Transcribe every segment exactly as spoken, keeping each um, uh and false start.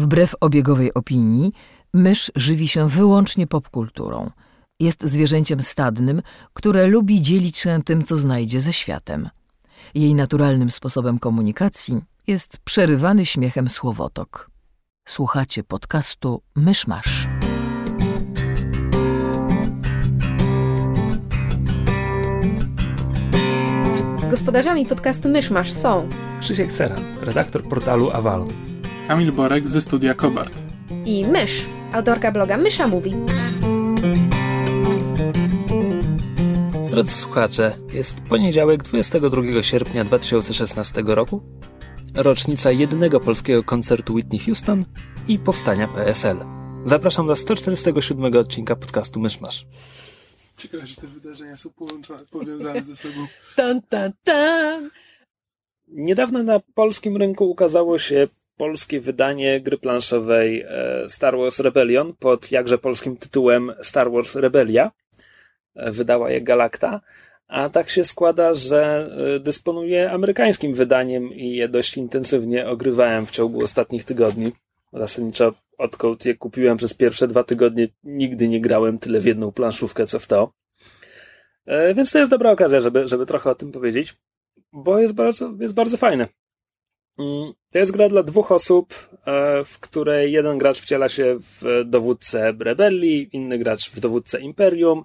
Wbrew obiegowej opinii, mysz żywi się wyłącznie popkulturą. Jest zwierzęciem stadnym, które lubi dzielić się tym, co znajdzie ze światem. Jej naturalnym sposobem komunikacji jest przerywany śmiechem słowotok. Słuchacie podcastu Myszmasz. Gospodarzami podcastu Myszmasz są Krzysiek Ceran, redaktor portalu Avalon, Kamil Borek ze studia Kobart i Mysz, autorka bloga Mysza Mówi. Drodzy słuchacze, jest poniedziałek dwudziestego drugiego sierpnia dwa tysiące szesnastego roku, rocznica jedynego polskiego koncertu Whitney Houston i powstania P S L. Zapraszam do sto czterdziestego siódmego odcinka podcastu Myszmasz. Ciekawe, że te wydarzenia są połączone, powiązane ze sobą. Tan, tan, tan. Niedawno na polskim rynku ukazało się polskie wydanie gry planszowej Star Wars Rebellion pod jakże polskim tytułem Star Wars Rebellia. Wydała je Galacta, a tak się składa, że dysponuję amerykańskim wydaniem i je dość intensywnie ogrywałem w ciągu ostatnich tygodni. Zasadniczo odkąd je kupiłem przez pierwsze dwa tygodnie nigdy nie grałem tyle w jedną planszówkę, co w to. Więc to jest dobra okazja, żeby, żeby trochę o tym powiedzieć, bo jest bardzo, jest bardzo fajne. To jest gra dla dwóch osób, w której jeden gracz wciela się w dowódcę rebelii, inny gracz w dowódcę imperium.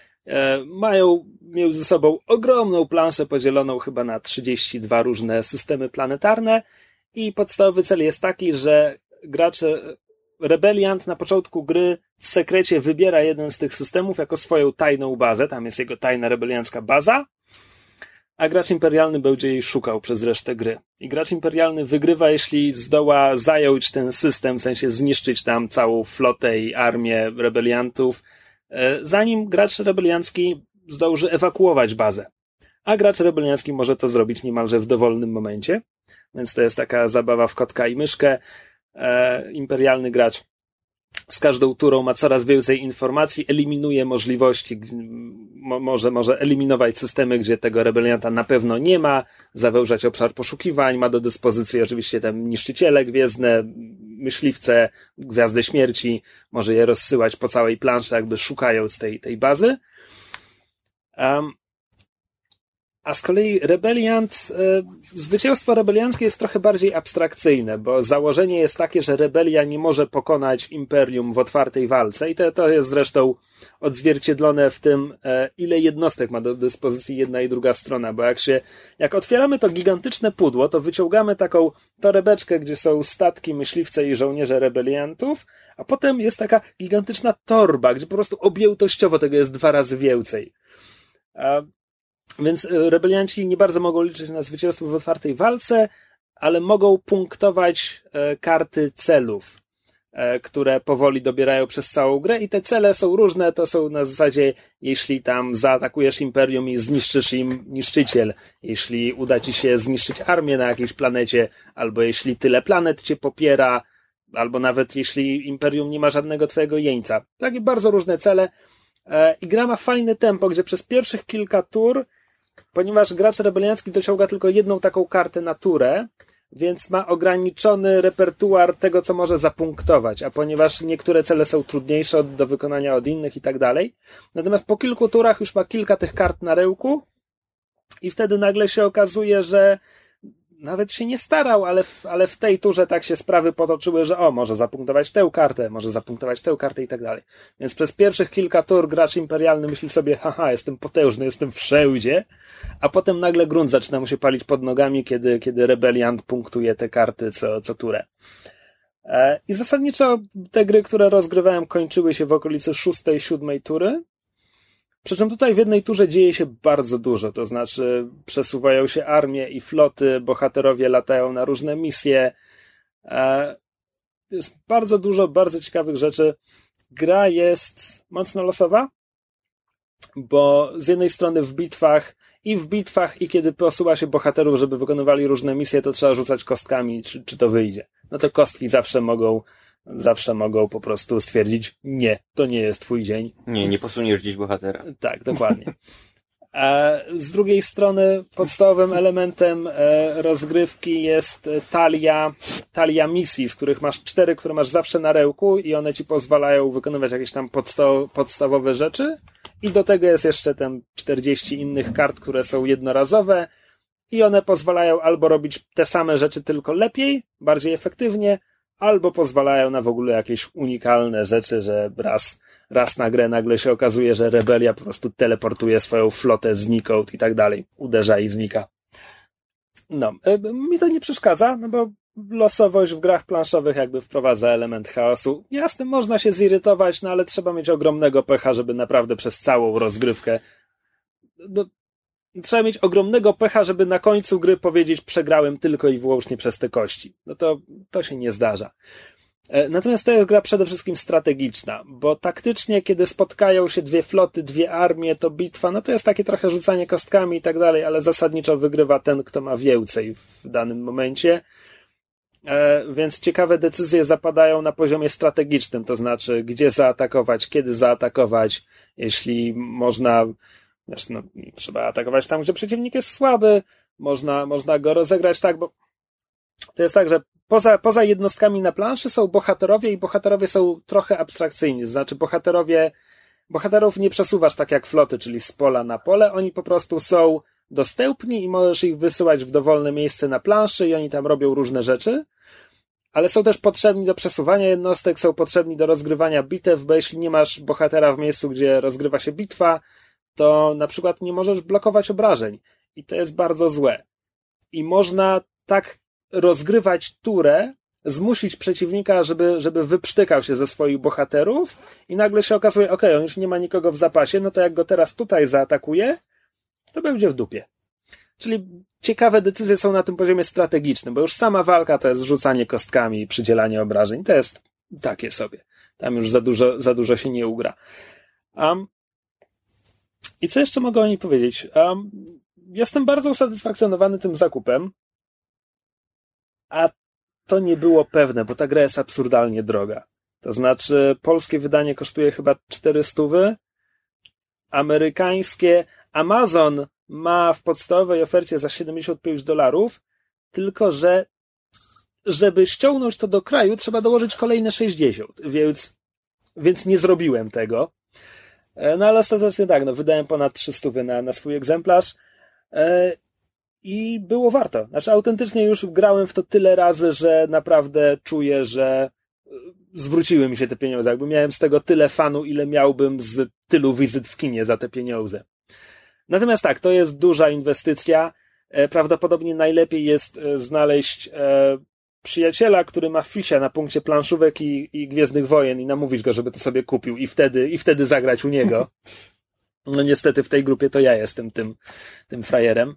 Mają między sobą ogromną planszę podzieloną chyba na trzydzieści dwa różne systemy planetarne i podstawowy cel jest taki, że gracz rebeliant na początku gry w sekrecie wybiera jeden z tych systemów jako swoją tajną bazę, tam jest jego tajna rebeliancka baza, a gracz imperialny będzie jej szukał przez resztę gry. I gracz imperialny wygrywa, jeśli zdoła zająć ten system, w sensie zniszczyć tam całą flotę i armię rebeliantów, zanim gracz rebeliancki zdąży ewakuować bazę. A gracz rebeliancki może to zrobić niemalże w dowolnym momencie, więc to jest taka zabawa w kotka i myszkę. E, imperialny gracz z każdą turą ma coraz więcej informacji, eliminuje możliwości, mo, może, może eliminować systemy, gdzie tego rebelianta na pewno nie ma, zawężać obszar poszukiwań, ma do dyspozycji oczywiście tam niszczyciele gwiezdne, myśliwce, gwiazdy śmierci, może je rozsyłać po całej planszy, jakby szukając tej, tej bazy. Um, A z kolei rebeliant, y, zwycięstwo rebelianckie jest trochę bardziej abstrakcyjne, bo założenie jest takie, że rebelia nie może pokonać imperium w otwartej walce i to, to jest zresztą odzwierciedlone w tym, e, ile jednostek ma do dyspozycji jedna i druga strona, bo jak się, jak otwieramy to gigantyczne pudło, to wyciągamy taką torebeczkę, gdzie są statki, myśliwce i żołnierze rebeliantów, a potem jest taka gigantyczna torba, gdzie po prostu objętościowo tego jest dwa razy więcej. A Więc rebelianci nie bardzo mogą liczyć na zwycięstwo w otwartej walce, ale mogą punktować karty celów, które powoli dobierają przez całą grę i te cele są różne, to są na zasadzie, jeśli tam zaatakujesz imperium i zniszczysz im niszczyciel, jeśli uda ci się zniszczyć armię na jakiejś planecie, albo jeśli tyle planet cię popiera, albo nawet jeśli imperium nie ma żadnego twojego jeńca. Takie bardzo różne cele i gra ma fajne tempo, gdzie przez pierwszych kilka tur, ponieważ gracz rebeliancki dociąga tylko jedną taką kartę na turę, więc ma ograniczony repertuar tego, co może zapunktować, a ponieważ niektóre cele są trudniejsze od, do wykonania od innych i tak dalej. Natomiast po kilku turach już ma kilka tych kart na rełku i wtedy nagle się okazuje, że nawet się nie starał, ale w, ale w tej turze tak się sprawy potoczyły, że o, może zapunktować tę kartę, może zapunktować tę kartę i tak dalej. Więc przez pierwszych kilka tur gracz imperialny myśli sobie, haha, jestem potężny, jestem wszędzie, a potem nagle grunt zaczyna mu się palić pod nogami, kiedy, kiedy rebeliant punktuje te karty co, co turę. E, I zasadniczo te gry, które rozgrywałem, kończyły się w okolicy szóstej, siódmej tury. Przy czym tutaj w jednej turze dzieje się bardzo dużo, to znaczy przesuwają się armie i floty, bohaterowie latają na różne misje. Jest bardzo dużo bardzo ciekawych rzeczy. Gra jest mocno losowa, bo z jednej strony w bitwach i w bitwach i kiedy posuwa się bohaterów, żeby wykonywali różne misje, to trzeba rzucać kostkami, czy, czy to wyjdzie. No to kostki zawsze mogą Zawsze mogą po prostu stwierdzić, nie, to nie jest twój dzień. Nie, nie posuniesz gdzieś bohatera. Tak, dokładnie. A z drugiej strony podstawowym elementem rozgrywki jest talia, talia misji, z których masz cztery, które masz zawsze na rełku i one ci pozwalają wykonywać jakieś tam podsta- podstawowe rzeczy. I do tego jest jeszcze tam czterdzieści innych kart, które są jednorazowe i one pozwalają albo robić te same rzeczy, tylko lepiej, bardziej efektywnie, albo pozwalają na w ogóle jakieś unikalne rzeczy, że raz, raz na grę nagle się okazuje, że rebelia po prostu teleportuje swoją flotę znikąd i tak dalej. Uderza i znika. No, mi to nie przeszkadza, no bo losowość w grach planszowych jakby wprowadza element chaosu. Jasne, można się zirytować, no ale trzeba mieć ogromnego pecha, żeby naprawdę przez całą rozgrywkę... No, trzeba mieć ogromnego pecha, żeby na końcu gry powiedzieć przegrałem tylko i wyłącznie przez te kości. No to, to się nie zdarza. Natomiast to jest gra przede wszystkim strategiczna, bo taktycznie, kiedy spotkają się dwie floty, dwie armie, to bitwa, no to jest takie trochę rzucanie kostkami i tak dalej, ale zasadniczo wygrywa ten, kto ma więcej w danym momencie. Więc ciekawe decyzje zapadają na poziomie strategicznym, to znaczy gdzie zaatakować, kiedy zaatakować, jeśli można... Wiesz, no, trzeba atakować tam, gdzie przeciwnik jest słaby, można, można go rozegrać tak, bo to jest tak, że poza, poza jednostkami na planszy są bohaterowie i bohaterowie są trochę abstrakcyjni, to znaczy bohaterowie, bohaterów nie przesuwasz tak jak floty, czyli z pola na pole, oni po prostu są dostępni i możesz ich wysyłać w dowolne miejsce na planszy i oni tam robią różne rzeczy, ale są też potrzebni do przesuwania jednostek, są potrzebni do rozgrywania bitew, bo jeśli nie masz bohatera w miejscu, gdzie rozgrywa się bitwa, to na przykład nie możesz blokować obrażeń. I to jest bardzo złe. I można tak rozgrywać turę, zmusić przeciwnika, żeby, żeby wyprztykał się ze swoich bohaterów i nagle się okazuje, okej, okay, on już nie ma nikogo w zapasie, no to jak go teraz tutaj zaatakuje, to będzie w dupie. Czyli ciekawe decyzje są na tym poziomie strategicznym, bo już sama walka to jest rzucanie kostkami i przydzielanie obrażeń. To jest takie sobie. Tam już za dużo, za dużo się nie ugra. Um, I co jeszcze mogę o niej powiedzieć? Um, jestem bardzo usatysfakcjonowany tym zakupem, a to nie było pewne, bo ta gra jest absurdalnie droga. To znaczy, polskie wydanie kosztuje chyba czterysta, amerykańskie Amazon ma w podstawowej ofercie za siedemdziesiąt pięć dolarów, tylko że żeby ściągnąć to do kraju, trzeba dołożyć kolejne sześćdziesiąt, więc, więc nie zrobiłem tego. No ale ostatecznie tak, no wydałem ponad trzysta na, na swój egzemplarz e, i było warto. Znaczy autentycznie już grałem w to tyle razy, że naprawdę czuję, że zwróciły mi się te pieniądze. Jakby miałem z tego tyle fanu, ile miałbym z tylu wizyt w kinie za te pieniądze. Natomiast tak, to jest duża inwestycja. E, prawdopodobnie najlepiej jest e, znaleźć e, przyjaciela, który ma fisia na punkcie planszówek i, i Gwiezdnych Wojen i namówić go, żeby to sobie kupił i wtedy, i wtedy zagrać u niego. No niestety w tej grupie to ja jestem tym, tym frajerem.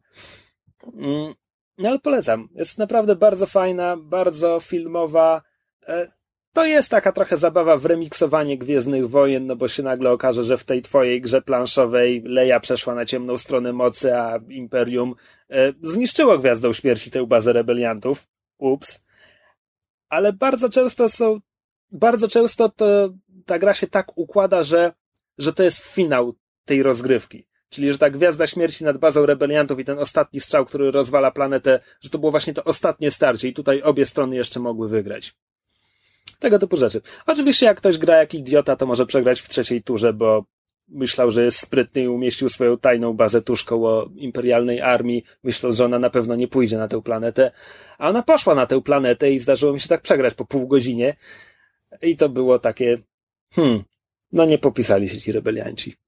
No ale polecam. Jest naprawdę bardzo fajna, bardzo filmowa. To jest taka trochę zabawa w remiksowanie Gwiezdnych Wojen, no bo się nagle okaże, że w tej twojej grze planszowej Leia przeszła na ciemną stronę mocy, a Imperium zniszczyło Gwiazdą Śmierci tę bazę rebeliantów. Ups. Ale bardzo często są, bardzo często to, ta gra się tak układa, że, że to jest finał tej rozgrywki. Czyli, że ta Gwiazda Śmierci nad bazą rebeliantów i ten ostatni strzał, który rozwala planetę, że to było właśnie to ostatnie starcie i tutaj obie strony jeszcze mogły wygrać. Tego typu rzeczy. Oczywiście jak ktoś gra jak idiota, to może przegrać w trzeciej turze, bo myślał, że jest sprytny i umieścił swoją tajną bazę tuż koło imperialnej armii, myśląc, że ona na pewno nie pójdzie na tę planetę. A ona poszła na tę planetę i zdarzyło mi się tak przegrać po pół godzinie. I to było takie, hmm, no nie popisali się ci rebelianci.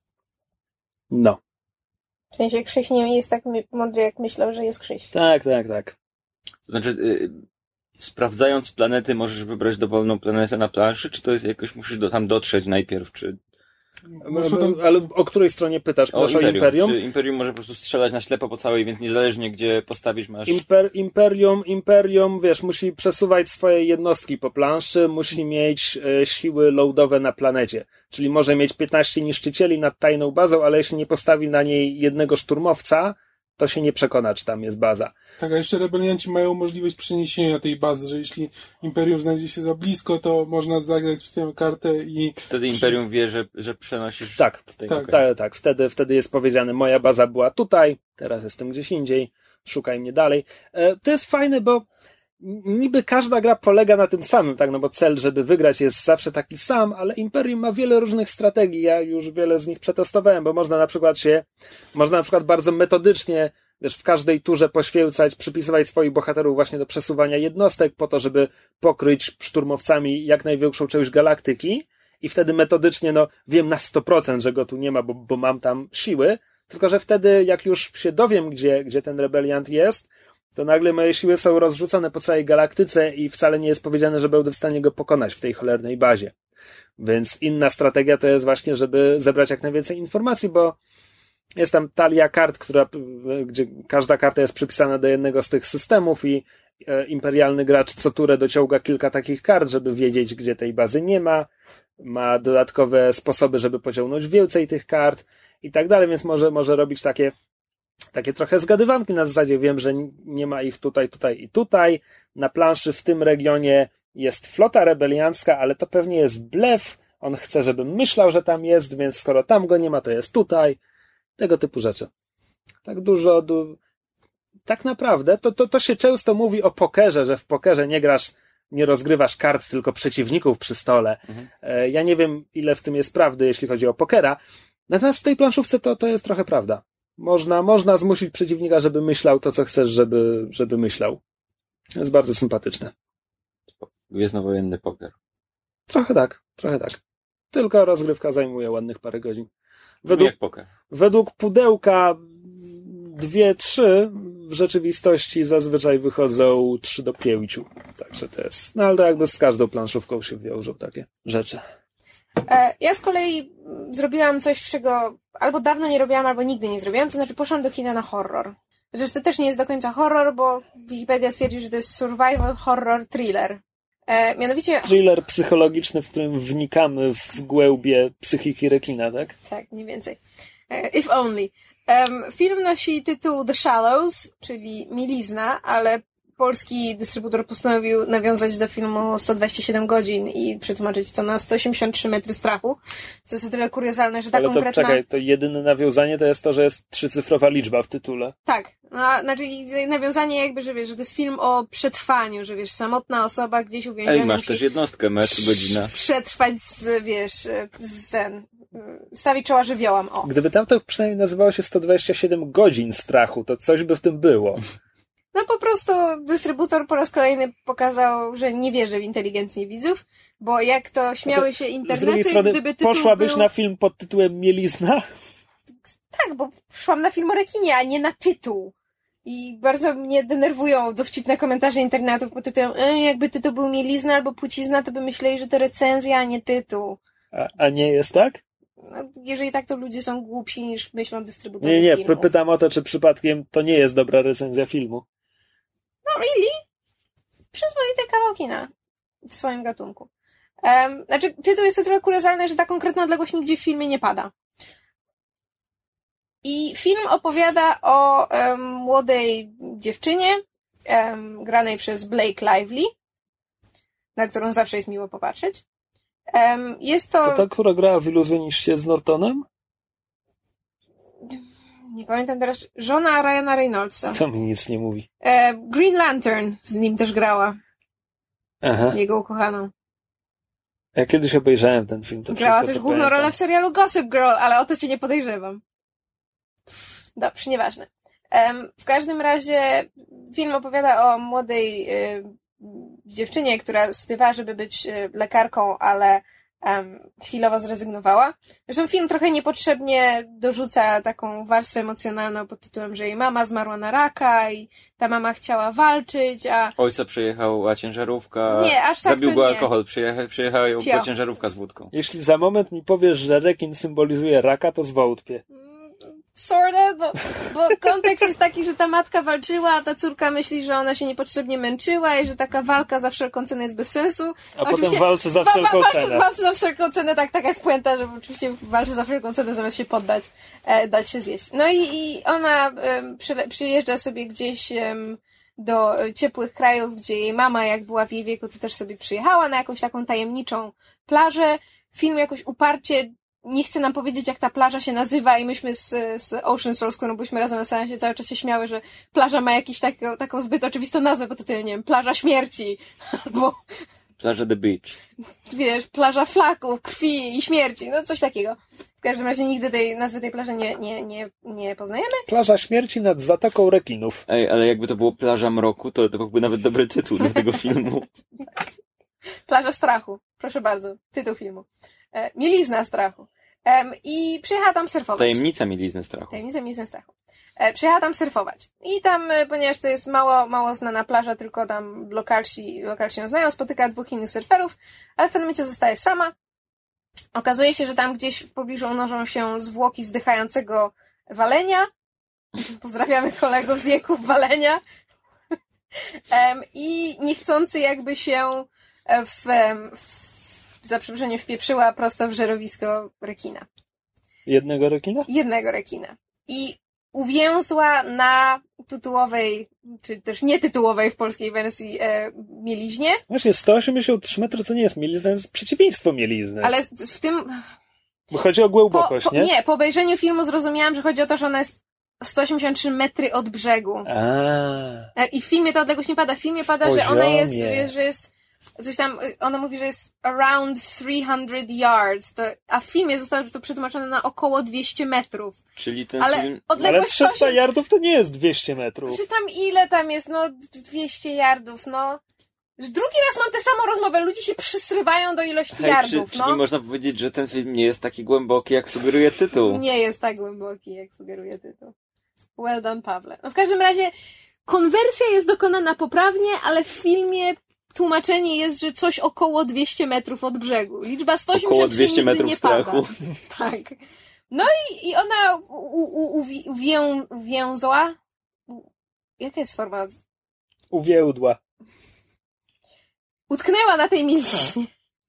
No. W sensie Krzyś nie jest tak mądry, jak myślał, że jest Krzyś. Tak, tak, tak. To znaczy, yy, sprawdzając planety, możesz wybrać dowolną planetę na planszy, czy to jest jakoś, musisz do, tam dotrzeć najpierw, czy... No, tam... Ale o której stronie pytasz? Proszę o Imperium. Imperium? Czy Imperium może po prostu strzelać na ślepo po całej, więc niezależnie gdzie postawisz masz... Imper, Imperium, Imperium, wiesz, musi przesuwać swoje jednostki po planszy, musi mieć e, siły loadowe na planecie. Czyli może mieć piętnaście niszczycieli nad tajną bazą, ale jeśli nie postawi na niej jednego szturmowca, to się nie przekona, czy tam jest baza. Tak, a jeszcze rebelianci mają możliwość przeniesienia tej bazy, że jeśli Imperium znajdzie się za blisko, to można zagrać specjalną kartę i... Wtedy Imperium wie, że, że przenosisz... Tak, tutaj, tak, okay. tak, tak. Wtedy, wtedy jest powiedziane, moja baza była tutaj, teraz jestem gdzieś indziej, szukaj mnie dalej. To jest fajne, bo niby każda gra polega na tym samym, tak, no bo cel, żeby wygrać, jest zawsze taki sam, ale Imperium ma wiele różnych strategii, ja już wiele z nich przetestowałem, bo można na przykład się, można na przykład bardzo metodycznie, wiesz, w każdej turze poświęcać, przypisywać swoich bohaterów właśnie do przesuwania jednostek po to, żeby pokryć szturmowcami jak największą część galaktyki i wtedy metodycznie, no, wiem na sto procent, że go tu nie ma, bo, bo mam tam siły, tylko że wtedy, jak już się dowiem, gdzie, gdzie ten rebeliant jest, to nagle moje siły są rozrzucone po całej galaktyce i wcale nie jest powiedziane, że będę w stanie go pokonać w tej cholernej bazie. Więc inna strategia to jest właśnie, żeby zebrać jak najwięcej informacji, bo jest tam talia kart, która, gdzie każda karta jest przypisana do jednego z tych systemów i imperialny gracz co turę dociąga kilka takich kart, żeby wiedzieć, gdzie tej bazy nie ma. Ma dodatkowe sposoby, żeby pociągnąć więcej tych kart i tak dalej, więc może, może robić takie takie trochę zgadywanki na zasadzie, wiem, że nie ma ich tutaj, tutaj i tutaj. Na planszy w tym regionie jest flota rebeliancka, ale to pewnie jest blef. On chce, żebym myślał, że tam jest, więc skoro tam go nie ma, to jest tutaj. Tego typu rzeczy. Tak dużo... Du... Tak naprawdę to, to, to się często mówi o pokerze, że w pokerze nie grasz, nie rozgrywasz kart, tylko przeciwników przy stole. Mhm. Ja nie wiem, ile w tym jest prawdy, jeśli chodzi o pokera. Natomiast w tej planszówce to, to jest trochę prawda. Można, można zmusić przeciwnika, żeby myślał to, co chcesz, żeby, żeby myślał. To jest bardzo sympatyczne. Gwiezdnowojenny poker. Trochę tak, trochę tak. Tylko rozgrywka zajmuje ładnych parę godzin. Według, jak poker. Według pudełka dwie, trzy, w rzeczywistości zazwyczaj wychodzą trzy do pięciu. Także to jest, no ale to jakby z każdą planszówką się wiążą takie rzeczy. Ja z kolei zrobiłam coś, czego albo dawno nie robiłam, albo nigdy nie zrobiłam, to znaczy poszłam do kina na horror. Zresztą to też nie jest do końca horror, bo Wikipedia twierdzi, że to jest survival horror thriller. E, mianowicie... Thriller psychologiczny, w którym wnikamy w głębie psychiki rekina, tak? Tak, mniej więcej. E, if only. Um, film nosi tytuł The Shallows, czyli Mielizna, ale polski dystrybutor postanowił nawiązać do filmu sto dwadzieścia siedem godzin i przetłumaczyć to na sto osiemdziesiąt trzy metry strachu, co jest o tyle kuriozalne, że ta Ale to konkretna... czekaj, to jedyne nawiązanie to jest to, że jest trzycyfrowa liczba w tytule. Tak, no, znaczy nawiązanie jakby, że wiesz, że to jest film o przetrwaniu, że wiesz, samotna osoba gdzieś uwięziona... Ej, masz też jednostkę, metr, godzina. Przetrwać z, wiesz, z ten... stawić czoła żywiołom, o. Gdyby tam to przynajmniej nazywało się sto dwadzieścia siedem godzin strachu, to coś by w tym było. No po prostu dystrybutor po raz kolejny pokazał, że nie wierzy w inteligencję widzów, bo jak to śmiały to się z internety, drugiej strony, gdyby tytuł poszłabyś był... na film pod tytułem Mielizna? Tak, bo szłam na film o rekinie, a nie na tytuł. I bardzo mnie denerwują dowcipne komentarze internetów pod tytułem e, jakby tytuł był Mielizna albo Płcizna, to by myśleli, że to recenzja, a nie tytuł. A, a nie jest tak? No, jeżeli tak, to ludzie są głupsi niż myślą dystrybutorzy Nie, nie, filmów. pytam o to, czy przypadkiem to nie jest dobra recenzja filmu. No really? Przyzwoite kawał kina w swoim gatunku. Um, znaczy, tytuł jest o tyle kuriozalny, że ta konkretna odległość nigdzie w filmie nie pada. I film opowiada o um, młodej dziewczynie um, granej przez Blake Lively, na którą zawsze jest miło popatrzeć. Um, jest to... To ta, która grała w Iluzjoniście z Nortonem? Nie pamiętam teraz. Żona Ryana Reynoldsa. To mi nic nie mówi. E, Green Lantern z nim też grała. Aha. Jego ukochaną. Ja kiedyś obejrzałem ten film. To grała wszystko, też główną pamiętam. rolę w serialu Gossip Girl, ale o to cię nie podejrzewam. Dobrze, nieważne. Um, w każdym razie film opowiada o młodej y, dziewczynie, która studiowała, żeby być y, lekarką, ale um, chwilowo zrezygnowała. Zresztą film trochę niepotrzebnie dorzuca taką warstwę emocjonalną pod tytułem, że jej mama zmarła na raka i ta mama chciała walczyć, a... Ojca przyjechała ciężarówka, nie, aż tak zabił to go nie. alkohol, przyjecha, przyjechała Cio. go ciężarówka z wódką. Jeśli za moment mi powiesz, że rekin symbolizuje raka, to zwątpię. sorta, bo, bo kontekst jest taki, że ta matka walczyła, a ta córka myśli, że ona się niepotrzebnie męczyła i że taka walka za wszelką cenę jest bez sensu. A oczywiście potem walczy za wszelką wa- wa- cenę. Walczy za wszelką cenę, tak, taka jest puenta, że oczywiście walczy za wszelką cenę, zamiast się poddać, e, dać się zjeść. No i, i ona e, przyle- przyjeżdża sobie gdzieś e, do ciepłych krajów, gdzie jej mama, jak była w jej wieku, to też sobie przyjechała na jakąś taką tajemniczą plażę. Film jakoś uparcie nie chce nam powiedzieć, jak ta plaża się nazywa i myśmy z, z Ocean Soul, z którą byliśmy razem na seansie, cały czas się śmiały, że plaża ma jakiś taką, taką zbyt oczywistą nazwę, bo to tyle, nie wiem, plaża śmierci, albo Plaża The Beach. Wiesz, plaża flaków, krwi i śmierci, no coś takiego. W każdym razie nigdy tej nazwy tej plaży nie, nie, nie, nie poznajemy. Plaża śmierci nad Zatoką Rekinów. Ej, ale jakby to było Plaża Mroku, to to byłby nawet dobry tytuł do tego filmu. Plaża strachu, proszę bardzo, tytuł filmu. E, Mielizna strachu. E, I przyjechała tam surfować. Tajemnica Mielizny strachu. Tajemnica Mielizny strachu. E, przyjechała tam surfować. I tam, e, ponieważ to jest mało, mało znana plaża, tylko tam lokalsi, lokalsi ją znają, spotyka dwóch innych surferów, ale w pewnym momencie zostaje sama. Okazuje się, że tam gdzieś w pobliżu unoszą się zwłoki zdychającego walenia. Pozdrawiamy kolegów z Jeków Walenia. Um, I niechcący jakby się w, w, za przeproszeniem wpieprzyła prosto w żerowisko rekina. Jednego rekina? Jednego rekina. I uwięzła na tytułowej, czy też nietytułowej w polskiej wersji e, mieliźnie. Właśnie, sto osiemdziesiąt trzy metry to nie jest mielizna, to jest przeciwieństwo mielizny. Ale w tym... Bo chodzi o głębokość, po, po, nie? Nie, po obejrzeniu filmu zrozumiałam, że chodzi o to, że ona jest sto osiemdziesiąt trzy metry od brzegu. A. I w filmie ta odległość nie pada. W filmie pada, Poziomie. że ona jest, że jest coś tam, ona mówi, że jest around trzysta yards, to, a w filmie zostało to przetłumaczone na około dwieście metrów. Czyli ten ale film... odległość Ale trzysta yardów to nie jest dwieście metrów. Czy tam ile tam jest? No dwieście yardów, no. Drugi raz mam tę samą rozmowę, ludzie się przysrywają do ilości Hej, yardów, czy, no. czy nie można powiedzieć, że ten film nie jest taki głęboki, jak sugeruje tytuł? Nie jest tak głęboki, jak sugeruje tytuł. Well done, Pawle. No w każdym razie konwersja jest dokonana poprawnie, ale w filmie tłumaczenie jest, że coś około dwieście metrów od brzegu. Liczba sto osiemdziesiąt trzy nigdy metrów nie strachu. pada. Tak. No i, i ona u, u, u, uwię, uwięzła... Jaka jest forma? Uwiędła. Utknęła na tej miliźnie.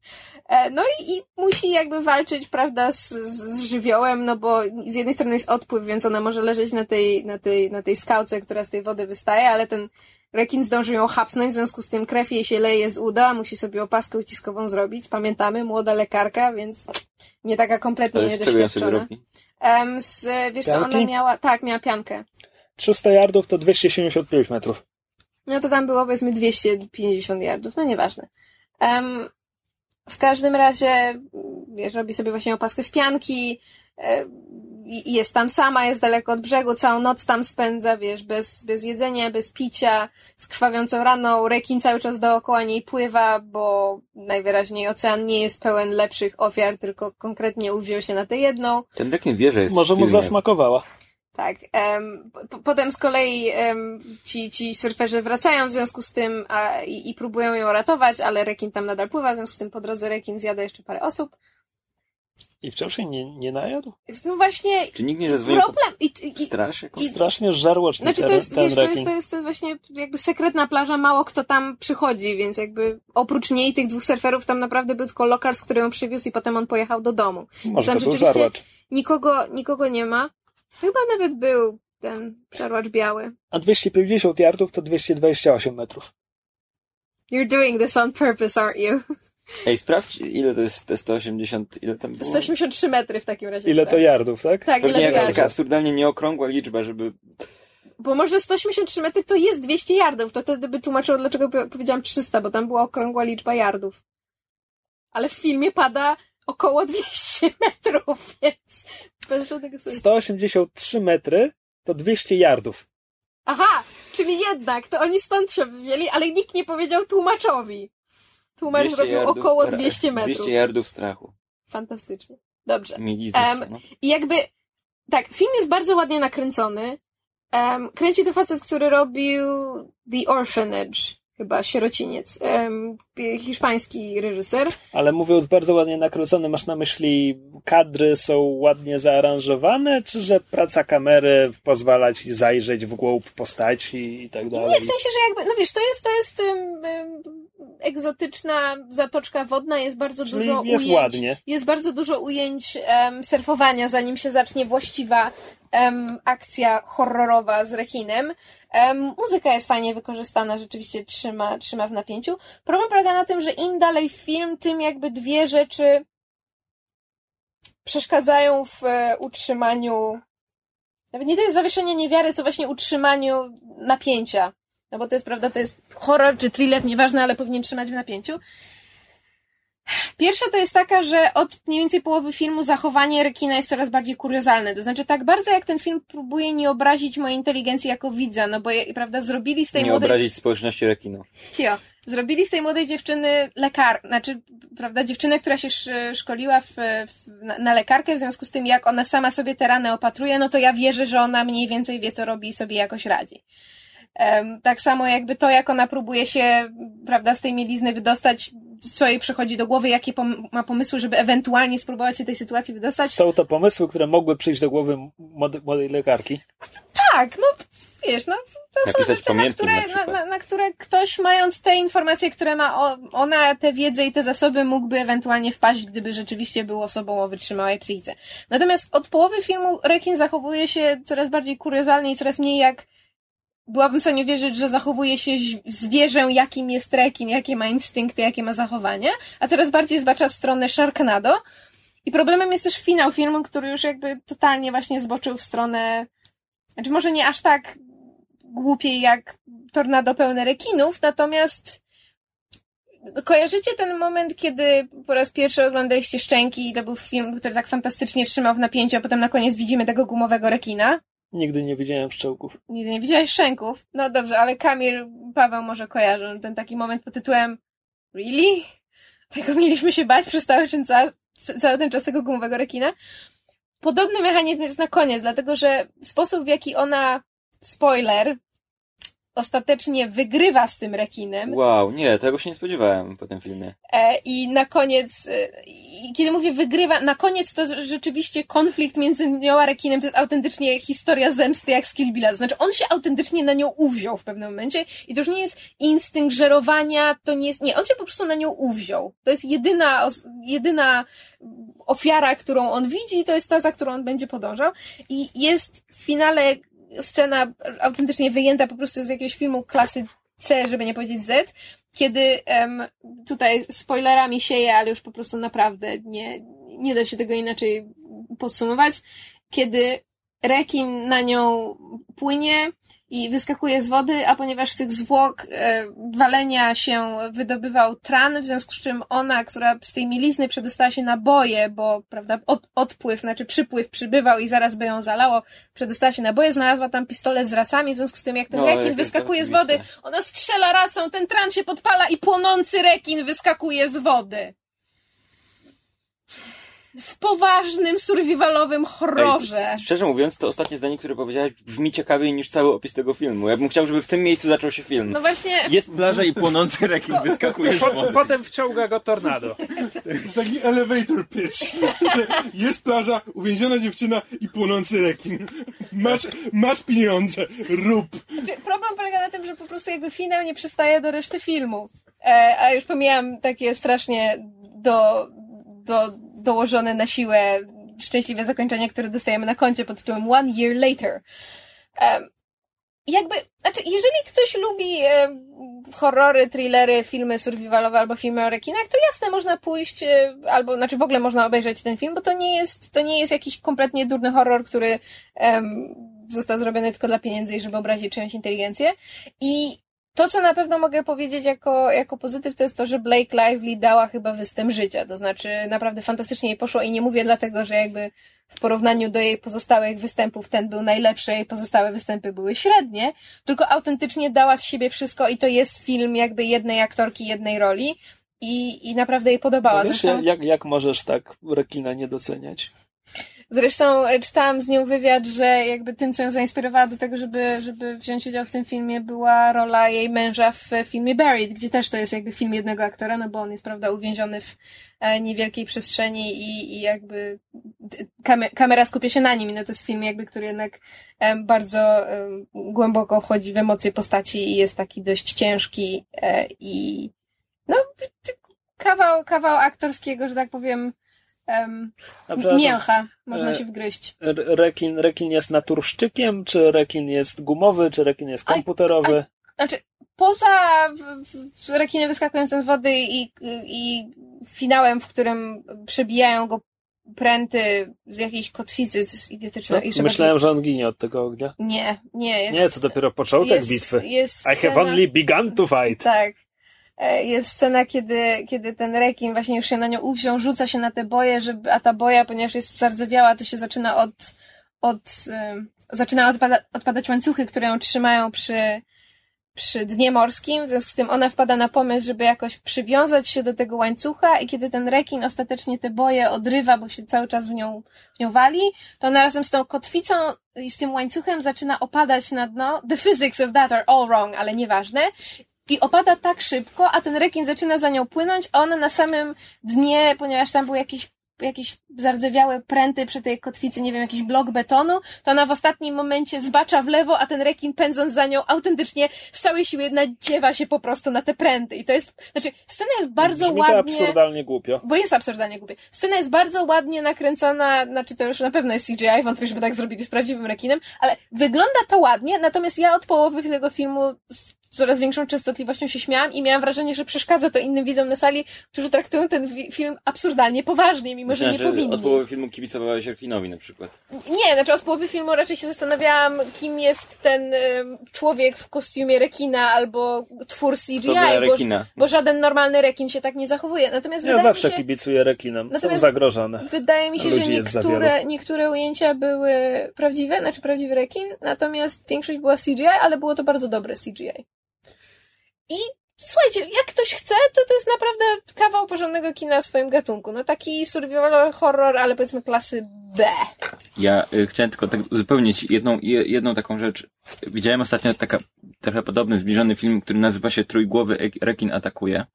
No i, i musi jakby walczyć, prawda, z, z żywiołem, no bo z jednej strony jest odpływ, więc ona może leżeć na tej, na tej, na tej skałce, która z tej wody wystaje, ale ten rekin zdąży ją hapsnąć, w związku z tym krew jej się leje z uda, musi sobie opaskę uciskową zrobić. Pamiętamy, młoda lekarka, więc nie taka kompletnie ale niedoświadczona. z czego ją sobie robi? Um, z, wiesz Pianki? co, ona miała, tak, miała piankę. trzysta yardów to dwieście siedemdziesiąt pięć metrów. No to tam było powiedzmy dwieście pięćdziesiąt yardów, no nieważne. Um, w każdym razie, wiesz, robi sobie właśnie opaskę z pianki, e, i jest tam sama, jest daleko od brzegu, całą noc tam spędza, wiesz, bez, bez jedzenia, bez picia, z krwawiącą raną, rekin cały czas dookoła niej pływa, bo najwyraźniej ocean nie jest pełen lepszych ofiar, tylko konkretnie uwziął się na tę jedną. Ten rekin wie, że jest Może w mu filmie. zasmakowała. Tak. Um, po, potem z kolei um, ci, ci surferzy wracają w związku z tym a, i, i próbują ją ratować, ale rekin tam nadal pływa, w związku z tym po drodze rekin zjada jeszcze parę osób. I wciąż się nie, nie najadł? No właśnie... Czy nikt nie zadzwonił problem... I, i, i, straż jakąś? Strasznie żarłoczny Znaczy ten, to jest, ten wiesz, to rekin. jest, to jest, to jest właśnie jakby sekretna plaża, mało kto tam przychodzi, więc jakby oprócz niej tych dwóch surferów tam naprawdę był tylko lokal, z który ją przywiózł i potem on pojechał do domu. Może tam to był rzeczywiście żarłacz. Nikogo, nikogo nie ma. Chyba nawet był ten żarłacz biały. A dwieście pięćdziesiąt yardów to dwieście dwadzieścia osiem metrów. You're doing this on purpose, aren't you? Ej, sprawdź, ile to jest te sto osiemdziesiąt, ile tam było? sto osiemdziesiąt trzy metry w takim razie. Ile to yardów, tak? Tak, ile Pewnie to jakaś yardów. taka absurdalnie nieokrągła liczba, żeby... Bo może sto osiemdziesiąt trzy metry to jest dwieście yardów. To wtedy by tłumaczyło, dlaczego powiedziałam trzysta, bo tam była okrągła liczba yardów. Ale w filmie pada około dwieście metrów, więc bez żadnego sensu. sto osiemdziesiąt trzy metry to dwieście yardów. Aha, czyli jednak, to oni stąd się wywzięli, ale nikt nie powiedział tłumaczowi. Tłumacz dwieście zrobił yardów- około dwieście metrów. dwieście yardów strachu. Fantastycznie. Dobrze. Mielizny Em, strachu. I jakby, tak, film jest bardzo ładnie nakręcony. Um, kręci to facet, który robił The Orphanage. chyba Sierociniec. Um, hiszpański reżyser. Ale mówiąc bardzo ładnie nakręcone, masz na myśli kadry są ładnie zaaranżowane, czy że praca kamery pozwala ci zajrzeć w głąb postaci i tak dalej? Nie, w sensie, że jakby, no wiesz, to jest, to jest um, um, egzotyczna zatoczka wodna, jest bardzo Czyli dużo jest ujęć. Ładnie. Jest bardzo dużo ujęć um, surfowania, zanim się zacznie właściwa um, akcja horrorowa z rekinem. Um, muzyka jest fajnie wykorzystana, rzeczywiście trzyma, trzyma w napięciu. Problem polega na tym, że im dalej film, tym jakby dwie rzeczy przeszkadzają w e, utrzymaniu, nawet nie to jest zawieszenie niewiary, co właśnie utrzymaniu napięcia. No bo to jest, prawda, to jest horror czy thriller, nieważne, ale powinien trzymać w napięciu. Pierwsza to jest taka, że od mniej więcej połowy filmu zachowanie rekina jest coraz bardziej kuriozalne. To znaczy tak bardzo jak ten film próbuje nie obrazić mojej inteligencji jako widza, no bo prawda, zrobili z tej nie młodej... Nie obrazić społeczności rekinu. Cio. Zrobili z tej młodej dziewczyny lekar... Znaczy, prawda, dziewczynę, która się sz... szkoliła w, w... Na, na lekarkę, w związku z tym jak ona sama sobie te rany opatruje, no to ja wierzę, że ona mniej więcej wie, co robi i sobie jakoś radzi. Um, tak samo jakby to, jak ona próbuje się, prawda, z tej mielizny wydostać, co jej przychodzi do głowy, jakie pom- ma pomysły, żeby ewentualnie spróbować się tej sytuacji wydostać. Są to pomysły, które mogły przyjść do głowy młode, młodej lekarki? Tak, no wiesz, no to Napisać są rzeczy, na które, na, na, na, na które ktoś, mając te informacje, które ma o, ona, tę wiedzę i te zasoby, mógłby ewentualnie wpaść, gdyby rzeczywiście był osobą o wytrzymałej psychice. Natomiast od połowy filmu rekin zachowuje się coraz bardziej kuriozalnie i coraz mniej jak byłabym w stanie wierzyć, że zachowuje się zwierzę, jakim jest rekin, jakie ma instynkty, jakie ma zachowanie, a coraz bardziej zbacza w stronę Sharknado. I problemem jest też finał filmu, który już jakby totalnie właśnie zboczył w stronę, znaczy może nie aż tak głupiej jak Tornado pełne rekinów, natomiast kojarzycie ten moment, kiedy po raz pierwszy oglądaliście Szczęki i to był film, który tak fantastycznie trzymał w napięciu, a potem na koniec widzimy tego gumowego rekina? Nigdy nie widziałem Szczęków. Nigdy nie widziałeś Szczęków? No dobrze, ale Kamil, Paweł może kojarzą ten taki moment pod tytułem Really? Tego mieliśmy się bać przez cały, cały, cały ten czas tego gumowego rekina? Podobny mechanizm jest na koniec, dlatego że sposób, w jaki ona, spoiler, ostatecznie wygrywa z tym rekinem. Wow, nie, tego się nie spodziewałem po tym filmie. E, I na koniec, e, i kiedy mówię wygrywa, na koniec to rzeczywiście konflikt między nią a rekinem to jest autentycznie historia zemsty jak z Kill Billa. To znaczy on się autentycznie na nią uwziął w pewnym momencie i to już nie jest instynkt żerowania, to nie jest, nie, on się po prostu na nią uwziął. To jest jedyna, jedyna ofiara, którą on widzi i to jest ta, za którą on będzie podążał. I jest w finale scena autentycznie wyjęta po prostu z jakiegoś filmu klasy C, żeby nie powiedzieć Z, kiedy um, tutaj spoilerami sieje, ale już po prostu naprawdę nie, nie da się tego inaczej podsumować, kiedy rekin na nią płynie i wyskakuje z wody, a ponieważ z tych zwłok e, walenia się wydobywał tran, w związku z czym ona, która z tej mielizny przedostała się na boje, bo prawda, od, odpływ, znaczy przypływ przybywał i zaraz by ją zalało, przedostała się na boje, znalazła tam pistolet z racami, w związku z tym jak ten no, rekin wyskakuje z wody, ona strzela racą, ten tran się podpala i płonący rekin wyskakuje z wody. W poważnym, survivalowym horrorze. Ej, szczerze mówiąc, to ostatnie zdanie, które powiedziałeś, brzmi ciekawiej niż cały opis tego filmu. Ja bym chciał, żeby w tym miejscu zaczął się film. No właśnie. Jest plaża i płonący rekin wyskakuje z wody. Potem wciąga go tornado. To jest taki elevator pitch. Jest plaża, uwięziona dziewczyna i płonący rekin. Masz, masz pieniądze, rób. Znaczy, problem polega na tym, że po prostu jakby finał nie przystaje do reszty filmu. E, a już pomijam takie strasznie do, do, dołożone na siłę szczęśliwe zakończenie, które dostajemy na koncie pod tytułem One Year Later. Um, jakby, znaczy, jeżeli ktoś lubi e, horrory, thrillery, filmy survivalowe albo filmy o rekinach, to jasne, można pójść, e, albo, znaczy w ogóle można obejrzeć ten film, bo to nie jest, to nie jest jakiś kompletnie durny horror, który um, został zrobiony tylko dla pieniędzy i żeby obrazić czyjąś inteligencję. I to, co na pewno mogę powiedzieć jako, jako pozytyw, to jest to, że Blake Lively dała chyba występ życia. To znaczy, naprawdę fantastycznie jej poszło i nie mówię dlatego, że jakby w porównaniu do jej pozostałych występów ten był najlepszy, jej pozostałe występy były średnie, tylko autentycznie dała z siebie wszystko i to jest film jakby jednej aktorki, jednej roli i, i naprawdę jej podobała. Wiesz, Zresztą... jak, jak możesz tak rekina nie doceniać? Zresztą czytałam z nią wywiad, że jakby tym, co ją zainspirowała do tego, żeby, żeby wziąć udział w tym filmie, była rola jej męża w filmie Buried, gdzie też to jest jakby film jednego aktora, no bo on jest, prawda, uwięziony w niewielkiej przestrzeni i, i jakby kamera skupia się na nim. No to jest film jakby, który jednak bardzo głęboko wchodzi w emocje postaci i jest taki dość ciężki i no kawał, kawał aktorskiego, że tak powiem, Um, mięcha, można się wgryźć. Rekin, rekin jest naturszczykiem, czy rekin jest gumowy, czy rekin jest komputerowy? A, a, znaczy, poza w, w rekinie wyskakującym z wody i, i finałem, w którym przebijają go pręty z jakiejś kotwicy, co jest idiotyczne. No, myślałem, bardziej... że on ginie od tego ognia. Nie, nie. Jest, nie, to dopiero początek jest, bitwy. Jest I have scena... only begun to fight. Tak. Jest scena, kiedy, kiedy ten rekin właśnie już się na nią uwziął, rzuca się na te boje, żeby, a ta boja, ponieważ jest zardzewiała, to się zaczyna od, od um, zaczyna odpada, odpadać łańcuchy, które ją trzymają przy, przy dnie morskim, w związku z tym ona wpada na pomysł, żeby jakoś przywiązać się do tego łańcucha i kiedy ten rekin ostatecznie te boje odrywa, bo się cały czas w nią, w nią wali, to ona razem z tą kotwicą i z tym łańcuchem zaczyna opadać na dno. The physics of that are all wrong, ale nieważne. I opada tak szybko, a ten rekin zaczyna za nią płynąć, a ona na samym dnie, ponieważ tam były jakieś, jakieś zardzewiałe pręty przy tej kotwicy, nie wiem, jakiś blok betonu, to ona w ostatnim momencie zbacza w lewo, a ten rekin pędząc za nią autentycznie z całej siły nadziewa się po prostu na te pręty. I to jest, znaczy, scena jest bardzo Brzmi ładnie... to absurdalnie głupio. Bo jest absurdalnie głupie. Scena jest bardzo ładnie nakręcona, znaczy to już na pewno jest C G I, wątpię, żeby tak zrobili z prawdziwym rekinem, ale wygląda to ładnie, natomiast ja od połowy tego filmu z coraz większą częstotliwością się śmiałam i miałam wrażenie, że przeszkadza to innym widzom na sali, którzy traktują ten wi- film absurdalnie poważnie, mimo Myślałem, że nie że powinni. Od połowy filmu kibicowałeś Rekinowi na przykład. Nie, znaczy od połowy filmu raczej się zastanawiałam, kim jest ten y, człowiek w kostiumie rekina albo twór C G I, bo, bo żaden normalny rekin się tak nie zachowuje. Natomiast ja wydaje zawsze mi się, kibicuję rekinom, są zagrożone. Wydaje mi się, że niektóre, niektóre ujęcia były prawdziwe, znaczy prawdziwy rekin, natomiast większość była C G I, ale było to bardzo dobre C G I. I słuchajcie, jak ktoś chce, to to jest naprawdę kawał porządnego kina w swoim gatunku. No taki survival horror, ale powiedzmy klasy B. Ja y, chciałem tylko tak uzupełnić jedną, je, jedną taką rzecz. Widziałem ostatnio taka trochę podobny, zbliżony film, który nazywa się Trójgłowy rekin atakuje.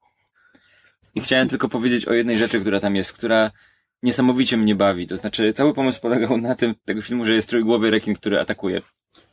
I chciałem tylko powiedzieć o jednej rzeczy, która tam jest, która niesamowicie mnie bawi. To znaczy, cały pomysł polegał na tym, tego filmu, że jest trójgłowy rekin, który atakuje.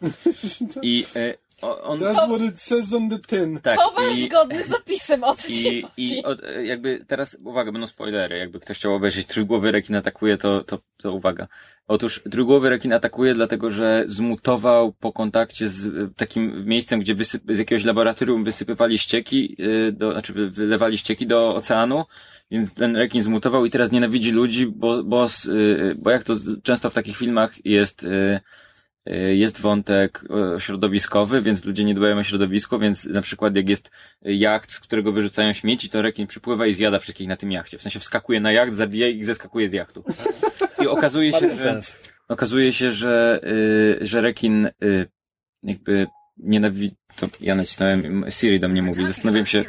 I y, On, That's what it says on the tin. Tak, towar i, zgodny z opisem, o co I, i od, jakby teraz, uwaga, będą spoilery, jakby ktoś chciał obejrzeć Trójgłowy rekin atakuje, to, to, to uwaga. Otóż Trójgłowy rekin atakuje dlatego, że zmutował po kontakcie z takim miejscem, gdzie wysyp, z jakiegoś laboratorium wysypywali ścieki, yy, do, znaczy wylewali ścieki do oceanu, więc ten rekin zmutował i teraz nienawidzi ludzi, bo, bo, yy, bo jak to często w takich filmach jest, yy, jest wątek środowiskowy, więc ludzie nie dbają o środowisko, więc na przykład jak jest jacht, z którego wyrzucają śmieci, to rekin przypływa i zjada wszystkich na tym jachcie. W sensie wskakuje na jacht, zabija ich i zeskakuje z jachtu. I okazuje się, że, okazuje się, że, yy, że rekin yy, jakby nienawidzi... To ja nacisnąłem, Siri do mnie mówi, zastanawiam się...